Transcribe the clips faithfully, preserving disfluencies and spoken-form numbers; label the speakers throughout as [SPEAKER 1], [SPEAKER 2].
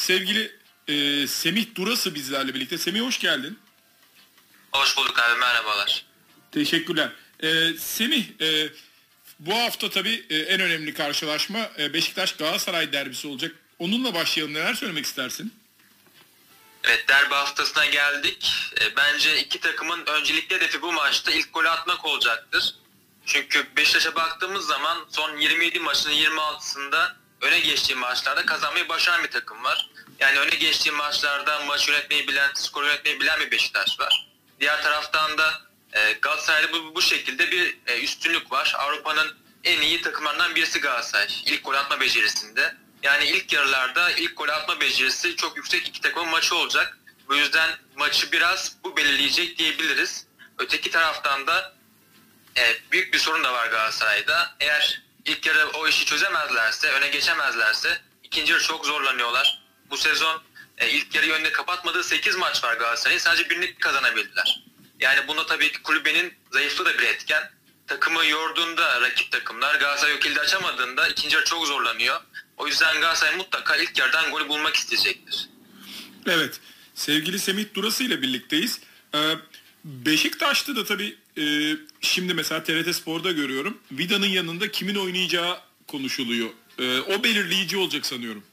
[SPEAKER 1] sevgili e, Semih Durası bizlerle birlikte. Semih hoş geldin.
[SPEAKER 2] Hoş bulduk abi, merhabalar.
[SPEAKER 1] Teşekkürler. E, Semih, e, bu hafta tabii e, en önemli karşılaşma e, Beşiktaş-Galatasaray derbisi olacak. Onunla başlayalım. Neler söylemek istersin?
[SPEAKER 2] Evet, derbi haftasına geldik. E, bence iki takımın öncelikli hedefi bu maçta ilk golü atmak olacaktır. Çünkü Beşiktaş'a baktığımız zaman son yirmi yedi maçının yirmi altısında öne geçtiği maçlarda kazanmayı başaran bir takım var. Yani öne geçtiği maçlarda maç yönetmeyi bilen, skor yönetmeyi bilen bir Beşiktaş var. Diğer taraftan da e, Galatasaray'da bu, bu şekilde bir e, üstünlük var. Avrupa'nın en iyi takımlarından birisi Galatasaray. İlk gol atma becerisinde. Yani ilk yarılarda ilk gol atma becerisi çok yüksek iki takımın maçı olacak. Bu yüzden maçı biraz bu belirleyecek diyebiliriz. Öteki taraftan da e, büyük bir sorun da var Galatasaray'da. Eğer ilk yarı o işi çözemezlerse, öne geçemezlerse ikinci yarı çok zorlanıyorlar. Bu sezon e, ilk yarı önünde kapatmadığı sekiz maç var Galatasaray'ın. Sadece birini kazanabildiler. Yani bunda tabii ki kulübenin zayıflığı da bir etken. Takımı yorduğunda rakip takımlar, Galatasaray o kilidi açamadığında ikinci yarı çok zorlanıyor. O yüzden Galatasaray mutlaka ilk yarıdan golü bulmak isteyecektir.
[SPEAKER 1] Evet, sevgili Semih Durası ile birlikteyiz. Ee, Beşiktaş'ta da tabii e, şimdi mesela T R T Spor'da görüyorum. Vida'nın yanında kimin oynayacağı konuşuluyor. E, o belirleyici olacak sanıyorum.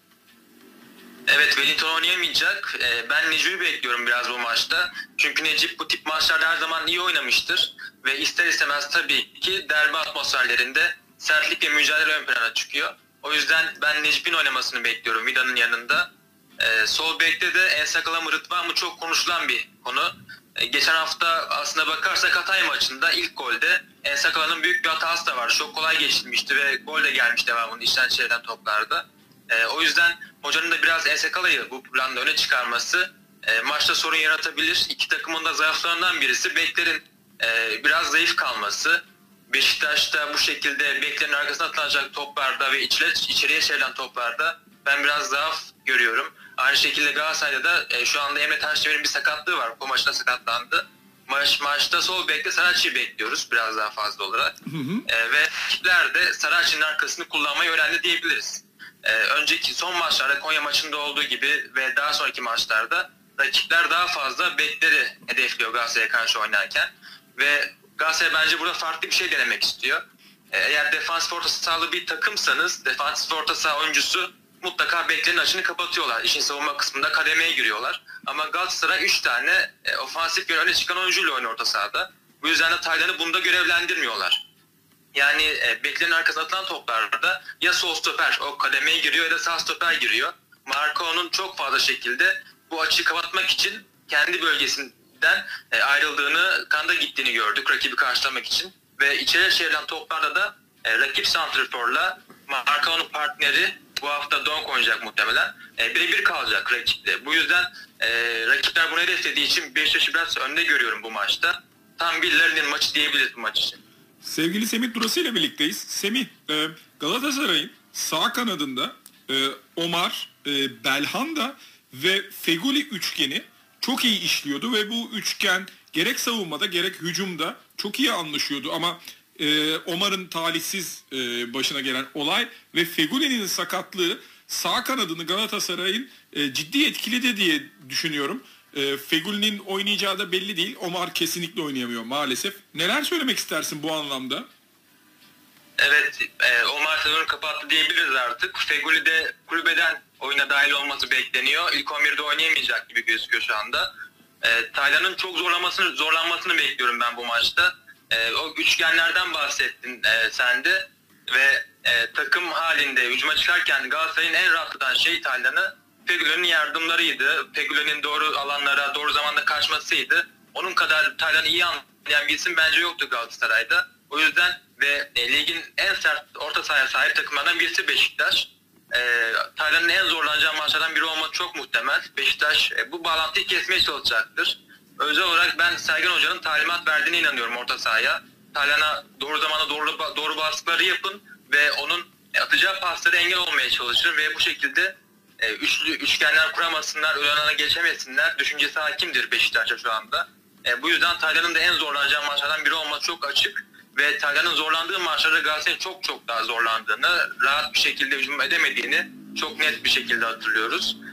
[SPEAKER 2] Evet, Wellington oynayamayacak. Ee, ben Necip'i bekliyorum biraz bu maçta. Çünkü Necip bu tip maçlarda her zaman iyi oynamıştır. Ve ister istemez tabii ki derbi atmosferlerinde sertlik ve mücadele ön plana çıkıyor. O yüzden ben Necip'in oynamasını bekliyorum Vida'nın yanında. Ee, sol bekte de Ensakala mı Rıdvan mı çok konuşulan bir konu. Ee, geçen hafta aslında bakarsak Hatay maçında ilk golde Ensakala'nın büyük bir hatası da var. Çok kolay geçilmişti ve gol de gelmiş devamında içten çeviren toplarda. Ee, o yüzden hocanın da biraz Ensakala'yı bu planda öne çıkarması e, maçta sorun yaratabilir. İki takımın da zayıflarından birisi beklerin e, biraz zayıf kalması. Beşiktaş'ta bu şekilde beklerin arkasına atılacak toplarda ve içine, içeriye çevrilen toplarda ben biraz zaaf görüyorum. Aynı şekilde Galatasaray'da da e, şu anda Emre Taşdemir'in bir sakatlığı var. Bu maçta sakatlandı. Maç, maçta sol bekte Saracchi'yi bekliyoruz biraz daha fazla olarak. Hı hı. E, ve rakipler de Saracchi'nin arkasını kullanmayı öğrendi diyebiliriz. Ee, önceki son maçlarda Konya maçında olduğu gibi ve daha sonraki maçlarda rakipler daha fazla bekleri hedefliyor Galatasaray'a karşı oynarken ve Galatasaray bence burada farklı bir şey denemek istiyor. Ee, eğer defansif orta sahalı bir takımsanız defansif orta saha oyuncusu mutlaka beklerin açını kapatıyorlar. İşin savunma kısmında kademeye giriyorlar. Ama Galatasaray üç tane e, ofansif yön öne çıkan oyuncuyla oynuyor orta sahada. Bu yüzden de Taylan'ı bunda görevlendirmiyorlar. Yani e, beklerin arkasına atılan toplarda ya sol stoper o kademeye giriyor ya da sağ stoper giriyor. Marco'nun çok fazla şekilde bu açıyı kapatmak için kendi bölgesinden e, ayrıldığını, kanda gittiğini gördük rakibi karşılamak için. Ve içeri çevrilen toplarda da e, rakip santrforla Marco'nun partneri bu hafta Donk oynayacak muhtemelen. E, birebir kalacak rakiple. Bu yüzden e, rakipler bunu hedeflediği için Beşiktaş'ı biraz önde görüyorum bu maçta. Tam birilerinin maçı diyebiliriz bu maç için.
[SPEAKER 1] Sevgili Semih Durası ile birlikteyiz. Semih, e, Galatasaray'ın sağ kanadında e, Omar, e, Belhanda ve Feguli üçgeni çok iyi işliyordu ve bu üçgen gerek savunmada gerek hücumda çok iyi anlaşıyordu ama e, Omar'ın talihsiz e, başına gelen olay ve Feguli'nin sakatlığı sağ kanadını Galatasaray'ın e, ciddi etkiledi diye düşünüyorum. E, Feguli'nin oynayacağı da belli değil. Omar kesinlikle oynayamıyor maalesef. Neler söylemek istersin bu anlamda?
[SPEAKER 2] Evet, e, Omar sezonu kapattı diyebiliriz artık. Feguli de kulübeden oyuna dahil olması bekleniyor. İlk on birde oynayamayacak gibi gözüküyor şu anda. E, Taylan'ın çok zorlamasını, zorlanmasını bekliyorum ben bu maçta. E, o üçgenlerden bahsettin e, sen de. Ve e, takım halinde hücuma çıkarken Galatasaray'ın en rahatlatan şey Taylan'ı Feguli'nin yardımlarıydı. Feguli'nin doğru alanlara, doğru zamanda kaçmasıydı. Onun kadar Taylan'ı iyi anlayan bir isim bence yoktu Galatasaray'da. O yüzden ve e, ligin en sert orta sahaya sahip takımlardan birisi Beşiktaş. E, Taylan'ın en zorlanacağı maçlardan biri olması çok muhtemel. Beşiktaş e, bu bağlantıyı kesmeye çalışacaktır. Özel olarak ben Sergen Hoca'nın talimat verdiğine inanıyorum orta sahaya. Taylan'a doğru zamanda doğru, doğru baskıları yapın ve onun atacağı pasları engel olmaya çalışın ve bu şekilde e, üçlü üçgenler kuramasınlar, ön alana geçemesinler. Düşüncesi hakimdir Beşiktaş'a şu anda. E, bu yüzden Taylan'ın da en zorlanacağı maçlardan biri olması çok açık. Ve Taylan'ın zorlandığı maçlarda Galatasaray'ın çok çok daha zorlandığını, rahat bir şekilde hücum edemediğini çok net bir şekilde hatırlıyoruz.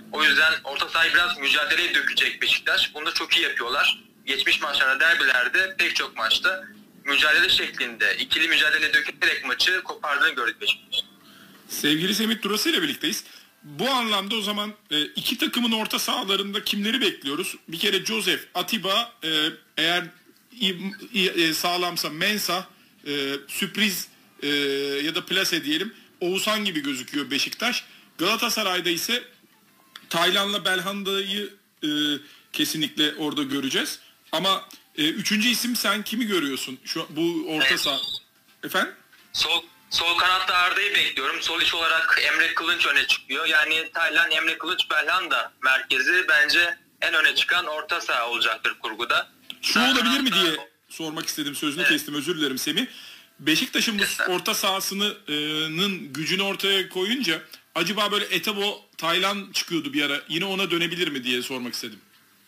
[SPEAKER 2] O yüzden orta sahayı biraz mücadeleye dökecek Beşiktaş. Bunu da çok iyi yapıyorlar. Geçmiş maçlarda, derbilerde, pek çok maçta mücadele şeklinde, ikili mücadele dökerek maçı kopardığını gördük Beşiktaş.
[SPEAKER 1] Sevgili Semih Durası ile birlikteyiz. Bu anlamda o zaman e, iki takımın orta sahalarında kimleri bekliyoruz? Bir kere Joseph, Atiba, e, eğer i, i, e, sağlamsa Mensah, e, sürpriz e, ya da plase diyelim Oğuzhan gibi gözüküyor Beşiktaş. Galatasaray'da ise Taylan'la Belhanda'yı e, kesinlikle orada göreceğiz. Ama e, üçüncü isim sen kimi görüyorsun şu bu orta
[SPEAKER 2] Evet.
[SPEAKER 1] saha? Efendim?
[SPEAKER 2] Sol sol kanatta Arda'yı bekliyorum. Sol iç olarak Emre Kılınç öne çıkıyor. Yani Taylan, Emre Kılınç, Belhanda merkezi bence en öne çıkan orta saha olacaktır kurguda.
[SPEAKER 1] Şu olabilir mi diye sormak istedim, sözünü
[SPEAKER 2] Evet.
[SPEAKER 1] kestim, özür dilerim Semih. Beşiktaş'ın bu orta sahasının gücünü ortaya koyunca acaba böyle Etebo, Taylan çıkıyordu bir ara, yine ona dönebilir mi diye sormak istedim.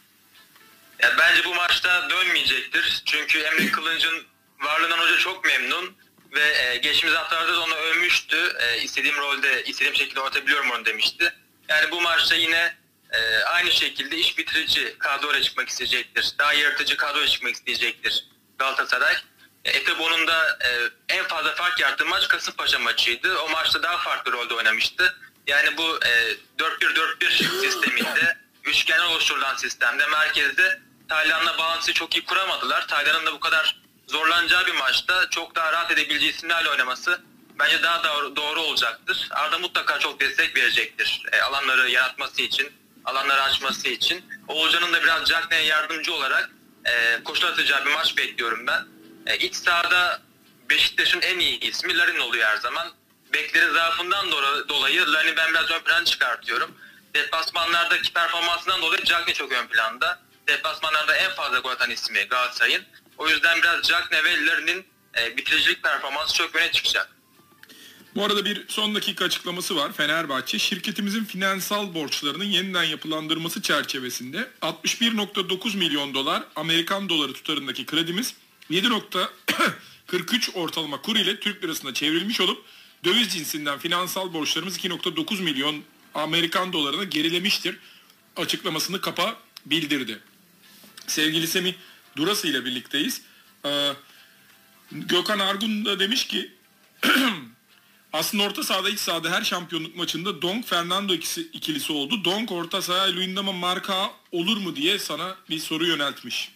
[SPEAKER 2] Ya bence bu maçta dönmeyecektir. Çünkü Emre Kılınç'ın varlığından hoca çok memnun ve e, geçtiğimiz haftalarda da onu övmüştü. E, istediğim rolde, istediğim şekilde oynatabiliyorum onu demişti. Yani bu maçta yine e, aynı şekilde iş bitirici kadroya çıkmak isteyecektir. Daha yaratıcı kadroya çıkmak isteyecektir Galatasaray. E, Etebo'nun da e, en fazla fark yarattığı maç Kasımpaşa maçıydı. O maçta daha farklı rolde oynamıştı. Yani bu e, dört bir dört bir sisteminde, üçgen oluşturulan sistemde merkezde Taylan'la bağlantıyı çok iyi kuramadılar. Taylan'ın da bu kadar zorlanacağı bir maçta çok daha rahat edebileceği isimlerle oynaması bence daha doğru, doğru olacaktır. Arda mutlaka çok destek verecektir. E, alanları yaratması için, alanları açması için. Oğulcan'ın da biraz Cagney'e yardımcı olarak e, koşu atacağı bir maç bekliyorum ben. E, iç sahada Beşiktaş'ın en iyi ismi Larin oluyor her zaman. Bekleri zaafından dolayı Larin'i ben biraz ön plana çıkartıyorum. Deplasmanlardaki performansından dolayı Cagney çok ön planda. Deplasmanlarda en fazla gol atan ismi Galatasaray'ın. O yüzden biraz Cagney ve Larin'in e, bitiricilik performansı çok öne çıkacak.
[SPEAKER 1] Bu arada bir son dakika açıklaması var. Fenerbahçe, şirketimizin finansal borçlarının yeniden yapılandırması çerçevesinde altmış bir nokta dokuz milyon dolar Amerikan doları tutarındaki kredimiz yedi nokta kırk üç ortalama kur ile Türk lirasına çevrilmiş olup döviz cinsinden finansal borçlarımız iki nokta dokuz milyon Amerikan dolarına gerilemiştir açıklamasını Kapa bildirdi. Sevgili Semih Durası ile birlikteyiz. Ee, Gökhan Argun da demiş ki aslında orta sahada, iç sahada her şampiyonluk maçında Donk Fernando ikisi, ikilisi oldu. Donk orta saha Luyendama marka olur mu diye sana bir soru yöneltmiş.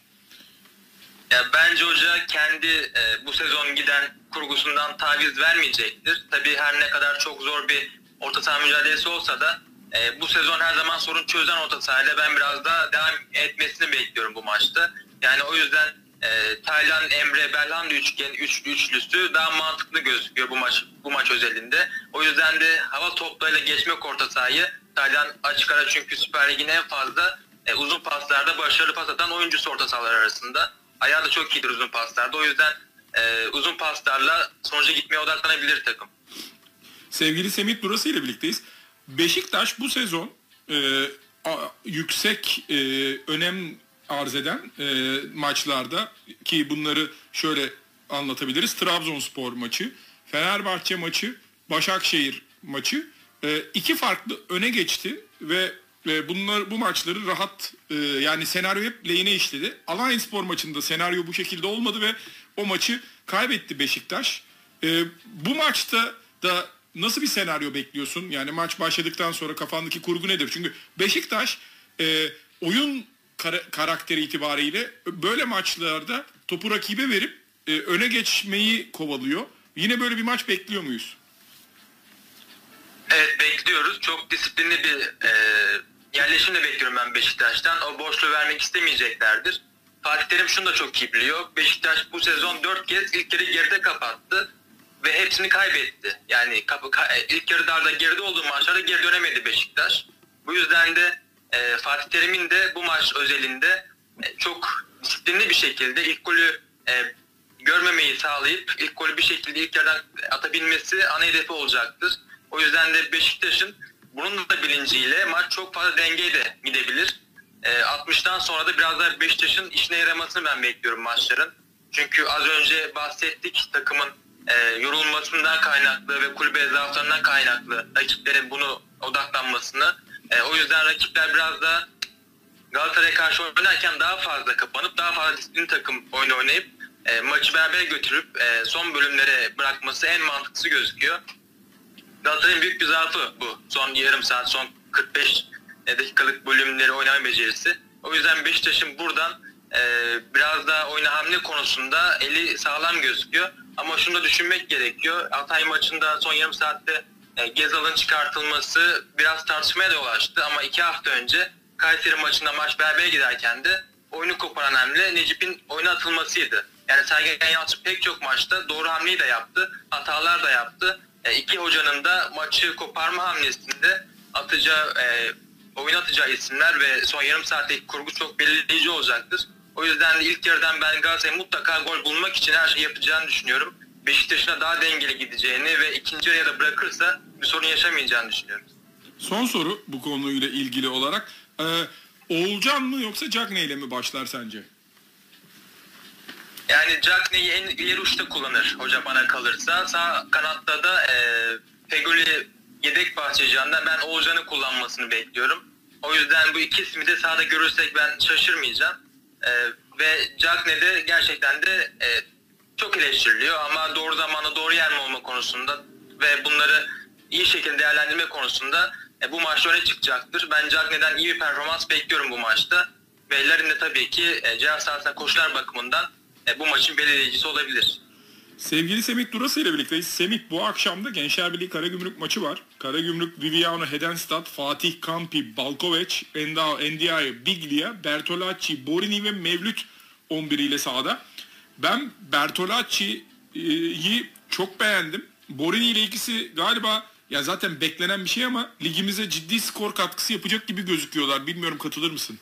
[SPEAKER 2] Ya bence hoca kendi e, bu sezon giden kurgusundan taviz vermeyecektir. Tabii her ne kadar çok zor bir orta saha mücadelesi olsa da e, bu sezon her zaman sorun çözen orta sahayla ben biraz daha devam etmesini bekliyorum bu maçta. Yani o yüzden e, Taylan, Emre, Belhanda üçgen üçlü üçlüsü daha mantıklı gözüküyor bu maç bu maç özelinde. O yüzden de hava toplarıyla geçmek orta sahayı Taylan açık ara, çünkü Süper Lig'in en fazla e, uzun paslarda başarılı pas atan oyuncusu orta sahalar arasında. Ayağı da çok iyidir uzun paslarda. O yüzden e, uzun paslarla sonuca gitmeye odaklanabilir takım.
[SPEAKER 1] Sevgili Semih Durası ile birlikteyiz. Beşiktaş bu sezon e, a, yüksek e, önem arz eden e, maçlarda, ki bunları şöyle anlatabiliriz. Trabzonspor maçı, Fenerbahçe maçı, Başakşehir maçı e, iki farklı öne geçti ve ve bunlar bu maçları rahat e, yani senaryo hep lehine işledi. Alanyaspor maçında senaryo bu şekilde olmadı ve o maçı kaybetti Beşiktaş. E, bu maçta da nasıl bir senaryo bekliyorsun? Yani maç başladıktan sonra kafandaki kurgu nedir? Çünkü Beşiktaş e, oyun kar- karakteri itibariyle böyle maçlarda topu rakibe verip e, öne geçmeyi kovalıyor. Yine böyle bir maç bekliyor muyuz?
[SPEAKER 2] Evet, bekliyoruz. Çok disiplinli bir e, yerleşim de bekliyorum ben Beşiktaş'tan. O boşluğu vermek istemeyeceklerdir. Fatih Terim şunu da çok iyi biliyor. Beşiktaş bu sezon dört kez ilk yarı geride kapattı ve hepsini kaybetti. Yani kapı, ilk yarılarda geride olduğu maçlarda geri dönemedi Beşiktaş. Bu yüzden de e, Fatih Terim'in de bu maç özelinde e, çok disiplinli bir şekilde ilk golü e, görmemeyi sağlayıp ilk golü bir şekilde ilk yarıdan atabilmesi ana hedefi olacaktır. O yüzden de Beşiktaş'ın bunun da bilinciyle maç çok fazla dengeye de gidebilir. E, altmıştan sonra da biraz daha Beşiktaş'ın işine yaramasını ben bekliyorum maçların. Çünkü az önce bahsettik, takımın e, yorulmasından kaynaklı ve kulübe zaaflarından kaynaklı rakiplerin bunu odaklanmasını. E, o yüzden rakipler biraz da Galatasaray'a karşı oynarken daha fazla kapanıp daha fazla disiplin takım oyunu oynayıp e, maçı beraber götürüp e, son bölümlere bırakması en mantıklısı gözüküyor. Galatasaray'ın büyük bir zaafı bu. Son yarım saat, son kırk beş dakikalık bölümleri oynama becerisi. O yüzden Beşiktaş'ın buradan e, biraz daha oyuna hamle konusunda eli sağlam gözüküyor. Ama şunu da düşünmek gerekiyor. Altay maçında son yarım saatte e, Gezal'ın çıkartılması biraz tartışmaya da yol açtı. Ama iki hafta önce Kayseri maçında maç beraber giderken de oyunu koparan hamle Necip'in oyuna atılmasıydı. Yani Sergen Yalçın pek çok maçta doğru hamleyi de yaptı, hatalar da yaptı. E, iki hocanın da maçı koparma hamlesinde atacağı, e, oyun atacağı isimler ve son yarım saatteki kurgu çok belirleyici olacaktır. O yüzden de ilk yarıdan ben Galatasaray'ın mutlaka gol bulmak için her şey yapacağını düşünüyorum. Beşiktaş'ına daha dengeli gideceğini ve ikinci yarıya da bırakırsa bir sorun yaşamayacağını düşünüyorum.
[SPEAKER 1] Son soru bu konuyla ilgili olarak. Ee, Oğulcan mı yoksa Cagney ile mi başlar sence?
[SPEAKER 2] Yani Cagney'i en ileri uçta kullanır hoca bana kalırsa. Sağ kanatta da e, Feguli yedek bahçeciğinden ben Oğulcan'ı kullanmasını bekliyorum. O yüzden bu iki ismi de sahada görürsek ben şaşırmayacağım. E, ve Cagney de gerçekten de e, çok eleştiriliyor ama doğru zamanda doğru yer mi olma konusunda ve bunları iyi şekilde değerlendirme konusunda e, bu maçta öne çıkacaktır. Ben Cagney'den iyi bir performans bekliyorum bu maçta. Ve Larin de tabii ki e, ceza sahasında koşular bakımından e, bu maçın belirleyicisi olabilir.
[SPEAKER 1] Sevgili Semih Durası ile birlikteyiz. Semih, bu akşam da Gençler Birliği Karagümrük maçı var. Karagümrük, Viviano Hedenstad, Fatih Campi, Balkoveç, Endao, Ndiaye, Biglia, Bertolacci, Borini ve Mevlüt on bir ile sahada. Ben Bertolacci'yi çok beğendim. Borini ile ikisi galiba ya zaten beklenen bir şey ama ligimize ciddi skor katkısı yapacak gibi gözüküyorlar. Bilmiyorum, katılır mısın?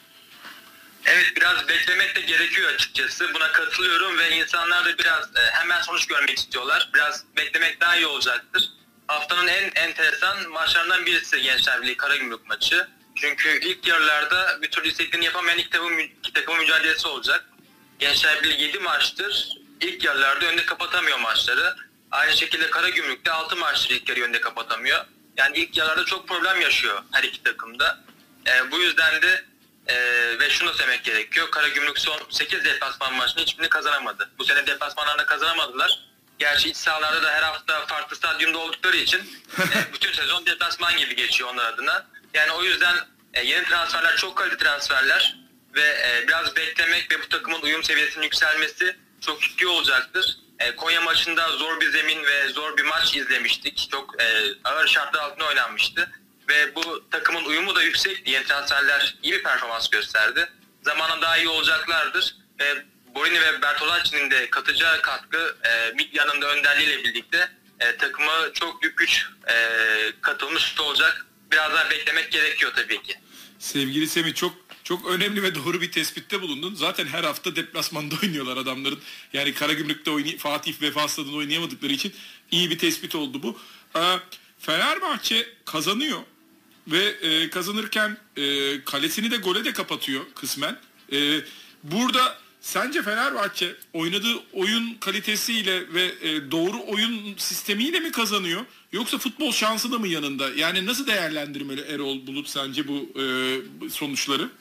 [SPEAKER 2] Evet, biraz beklemek de gerekiyor açıkçası. Buna katılıyorum ve insanlar da biraz e, hemen sonuç görmek istiyorlar. Biraz beklemek daha iyi olacaktır. Haftanın en enteresan maçlarından birisi Gençler Birliği Karagümrük maçı. Çünkü ilk yarılarda bir türlü istediklerini yapamayan iki takım, iki takım mücadelesi olacak. Gençler Birliği yedi maçtır ilk yarılarda önde kapatamıyor maçları. Aynı şekilde Karagümrük de altı maçtır ilk yarı önde kapatamıyor. Yani ilk yarılarda çok problem yaşıyor her iki takımda. E, bu yüzden de Ee, ve şunu da söylemek gerekiyor. Karagümrük son sekiz deplasman maçını hiçbirini kazanamadı. Bu sene deplasmanlarında kazanamadılar. Gerçi iç sahalarda da her hafta farklı stadyumda oldukları için e, bütün sezon deplasman gibi geçiyor onlar adına. Yani o yüzden e, yeni transferler çok kaliteli transferler ve e, biraz beklemek ve bu takımın uyum seviyesinin yükselmesi çok iyi olacaktır. E, Konya maçında zor bir zemin ve zor bir maç izlemiştik. Çok e, ağır şartlar altında oynanmıştı. Ve bu takımın uyumu da yüksek. Yeni transferler iyi bir performans gösterdi. Zamanla daha iyi olacaklardır. Ve Borini ve Bertolacci'nin de katacağı katkı e, Miglia'nın da önderliğiyle birlikte e, takıma çok büyük güç e, katılmış olacak. Biraz daha beklemek gerekiyor tabii ki.
[SPEAKER 1] Sevgili Semih, çok çok önemli ve doğru bir tespitte bulundun. Zaten her hafta deplasmanda oynuyorlar adamların. Yani Karagümrük'te oynay Fatih Vefa Stadı'nda oynayamadıkları için iyi bir tespit oldu bu. Ee, Fenerbahçe kazanıyor. Ve e, kazanırken e, kalesini de gole de kapatıyor kısmen. E, burada sence Fenerbahçe oynadığı oyun kalitesiyle ve e, doğru oyun sistemiyle mi kazanıyor? Yoksa futbol şansı da mı yanında? Yani nasıl değerlendirmeli Erol Bulut sence bu e, sonuçları?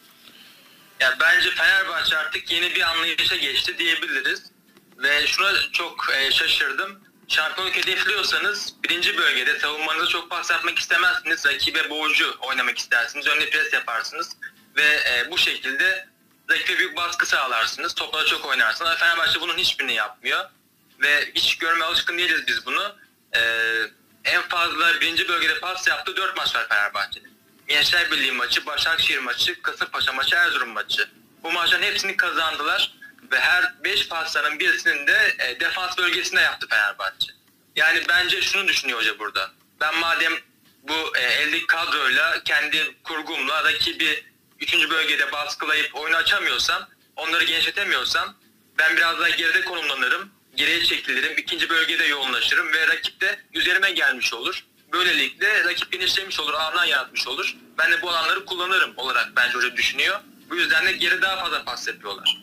[SPEAKER 2] Ya bence Fenerbahçe artık yeni bir anlayışa geçti diyebiliriz. Ve şuna çok e, şaşırdım. Şampiyonluk hedefliyorsanız birinci bölgede savunmanızı çok pas yapmak istemezsiniz. Rakibe boğucu oynamak istersiniz. Önde pres yaparsınız. Ve e, bu şekilde rakibe büyük baskı sağlarsınız. Toplara çok oynarsınız. Ama Fenerbahçe bunun hiçbirini yapmıyor. Ve hiç görmeye alışkın değiliz biz bunu. E, en fazla birinci bölgede pas yaptığı dört maç var Fenerbahçe'nin. Gençler Birliği maçı, Başakşehir maçı, Kasımpaşa maçı, Erzurum maçı. Bu maçların hepsini kazandılar. Ve her beş pasların birisinin de e, defans bölgesinde yaptı Fenerbahçe. Yani bence şunu düşünüyor hoca burada. Ben madem bu e, eldeki kadroyla, kendi kurgumla rakibi üçüncü bölgede baskılayıp oyunu açamıyorsam, onları genişletemiyorsam ben biraz daha geride konumlanırım, geriye çekilirim, ikinci bölgede yoğunlaşırım ve rakip de üzerime gelmiş olur. Böylelikle rakip genişlemiş olur, alan yaratmış olur. Ben de bu alanları kullanırım olarak bence hoca düşünüyor. Bu yüzden de geri daha fazla pas yapıyorlar.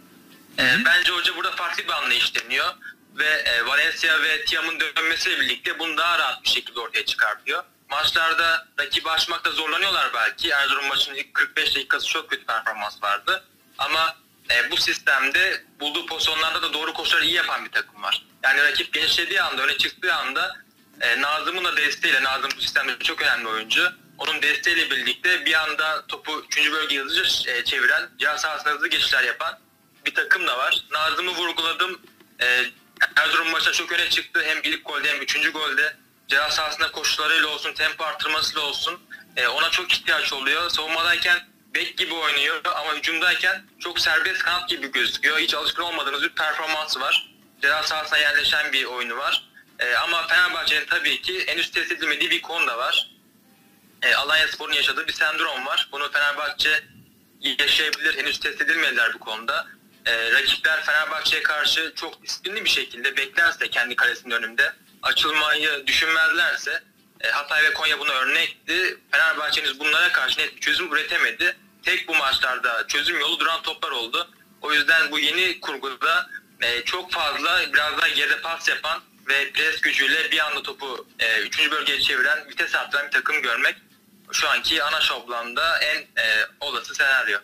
[SPEAKER 2] E, bence hoca burada farklı bir anlayış deniyor ve e, Valencia ve Thiam'ın dönmesiyle birlikte bunu daha rahat bir şekilde ortaya çıkartıyor. maçlarda rakibi aşmakta zorlanıyorlar belki. Erzurum maçının ilk kırk beş dakikası çok kötü performans vardı. Ama e, bu sistemde bulduğu pozisyonlarda da doğru koşuları iyi yapan bir takım var. Yani rakip genişlediği anda, öne çıktığı anda e, Nazım'ın da desteğiyle, Nazım bu sistemde çok önemli oyuncu. Onun desteğiyle birlikte bir anda topu üçüncü bölgeye hızlıca e, çeviren, cihaz sahasına hızlı geçişler yapan bir takım da var. Nazım'ı vurguladım. E, Erzurum maçta çok öne çıktı. Hem ilk golde hem üçüncü golde. Cihaz sahasında koşularıyla olsun, tempo artırmasıyla olsun. E, ona çok ihtiyaç oluyor. Savunmadayken bek gibi oynuyor ama hücumdayken çok serbest kanat gibi gözüküyor. Hiç alışkın olmadığınız bir performansı var. Ceza sahasına yerleşen bir oyunu var. E, ama Fenerbahçe'nin tabii ki henüz test edilmediği bir konu da var. E, Alanyaspor'un yaşadığı bir sendrom var. Bunu Fenerbahçe yaşayabilir. Henüz test edilmediler bu konuda. E, rakipler Fenerbahçe'ye karşı çok disiplinli bir şekilde beklerse kendi kalesinin önünde açılmayı düşünmezlerse e, Hatay ve Konya buna örnekti. Fenerbahçe'niz bunlara karşı net bir çözüm üretemedi. Tek bu maçlarda çözüm yolu duran toplar oldu. O yüzden bu yeni kurguda e, çok fazla biraz daha geride pas yapan ve pres gücüyle bir anda topu e, üçüncü bölgeye çeviren, vites arttıran bir takım görmek şu anki ana şablonda en e, olası senaryo.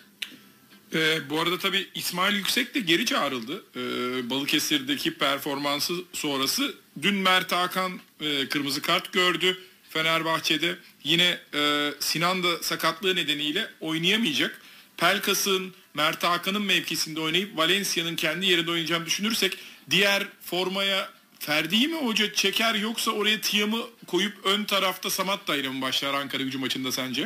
[SPEAKER 1] Ee, bu arada tabii İsmail Yüksek de geri çağrıldı. Ee, Balıkesir'deki performansı sonrası. Dün Mert Hakan e, kırmızı kart gördü Fenerbahçe'de. Yine e, Sinan da sakatlığı nedeniyle oynayamayacak. Pelkas'ın, Mert Hakan'ın mevkisinde oynayıp Valencia'nın kendi yerinde oynayacağını düşünürsek diğer formaya Ferdi'yi mi hoca çeker yoksa oraya Tiam'ı koyup ön tarafta Samatta ile mi başlar Ankara Gücü maçında sence?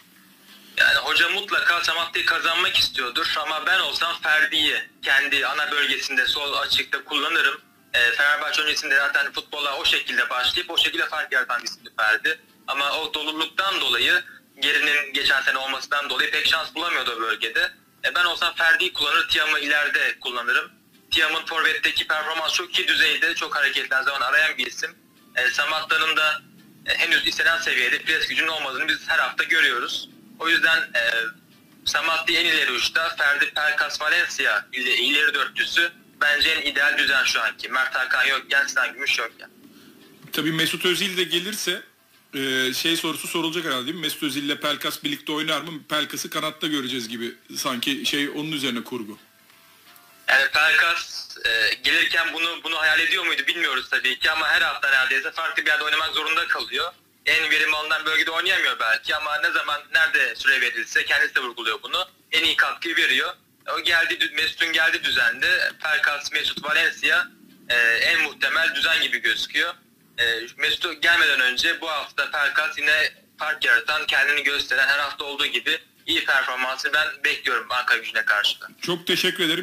[SPEAKER 2] Yani hoca mutlaka Samatta'yı kazanmak istiyordur ama ben olsam Ferdi'yi kendi ana bölgesinde sol açıkta kullanırım. E, Fenerbahçe öncesinde zaten futbola o şekilde başlayıp o şekilde fark yaratan bir isimdi Ferdi. Ama o doluluktan dolayı, gerinin geçen sene olmasından dolayı pek şans bulamıyordu o bölgede. E, ben olsam Ferdi'yi kullanır, Tiam'ı ileride kullanırım. Tiam'ın forvetteki performans çok iyi düzeyde, çok hareketli, her zaman arayan bir isim. E, Samatta'nın da e, henüz istenen seviyede pres gücünün olmadığını biz her hafta görüyoruz. O yüzden e, Samatta en ileri uçta, Ferdi, Pelkas, Valencia ile ileri dörtlüsü bence en ideal düzen şu anki. Mert Hakan yokken, Sinan Gümüş yokken.
[SPEAKER 1] Tabii Mesut Özil de gelirse e, şey sorusu sorulacak herhalde değil mi? Mesut Özil ile Pelkas birlikte oynar mı? Pelkas'ı kanatta göreceğiz gibi sanki şey onun üzerine kurgu.
[SPEAKER 2] Yani Pelkas e, gelirken bunu bunu hayal ediyor muydu bilmiyoruz tabii ki ama her hafta neredeyse farklı bir yerde oynamak zorunda kalıyor. En verimli alınan bölgede oynayamıyor belki ama ne zaman nerede süre verilse kendisi de vurguluyor bunu. En iyi katkıyı veriyor. O geldi, Mesut'un geldiği düzende Pelkas, Mesut, Valencia e, en muhtemel düzen gibi gözüküyor. E, Mesut gelmeden önce bu hafta Pelkas yine fark yaratan, kendini gösteren her hafta olduğu gibi iyi performansı ben bekliyorum Ankara Gücü'ne karşı da.
[SPEAKER 1] Çok teşekkür ederim.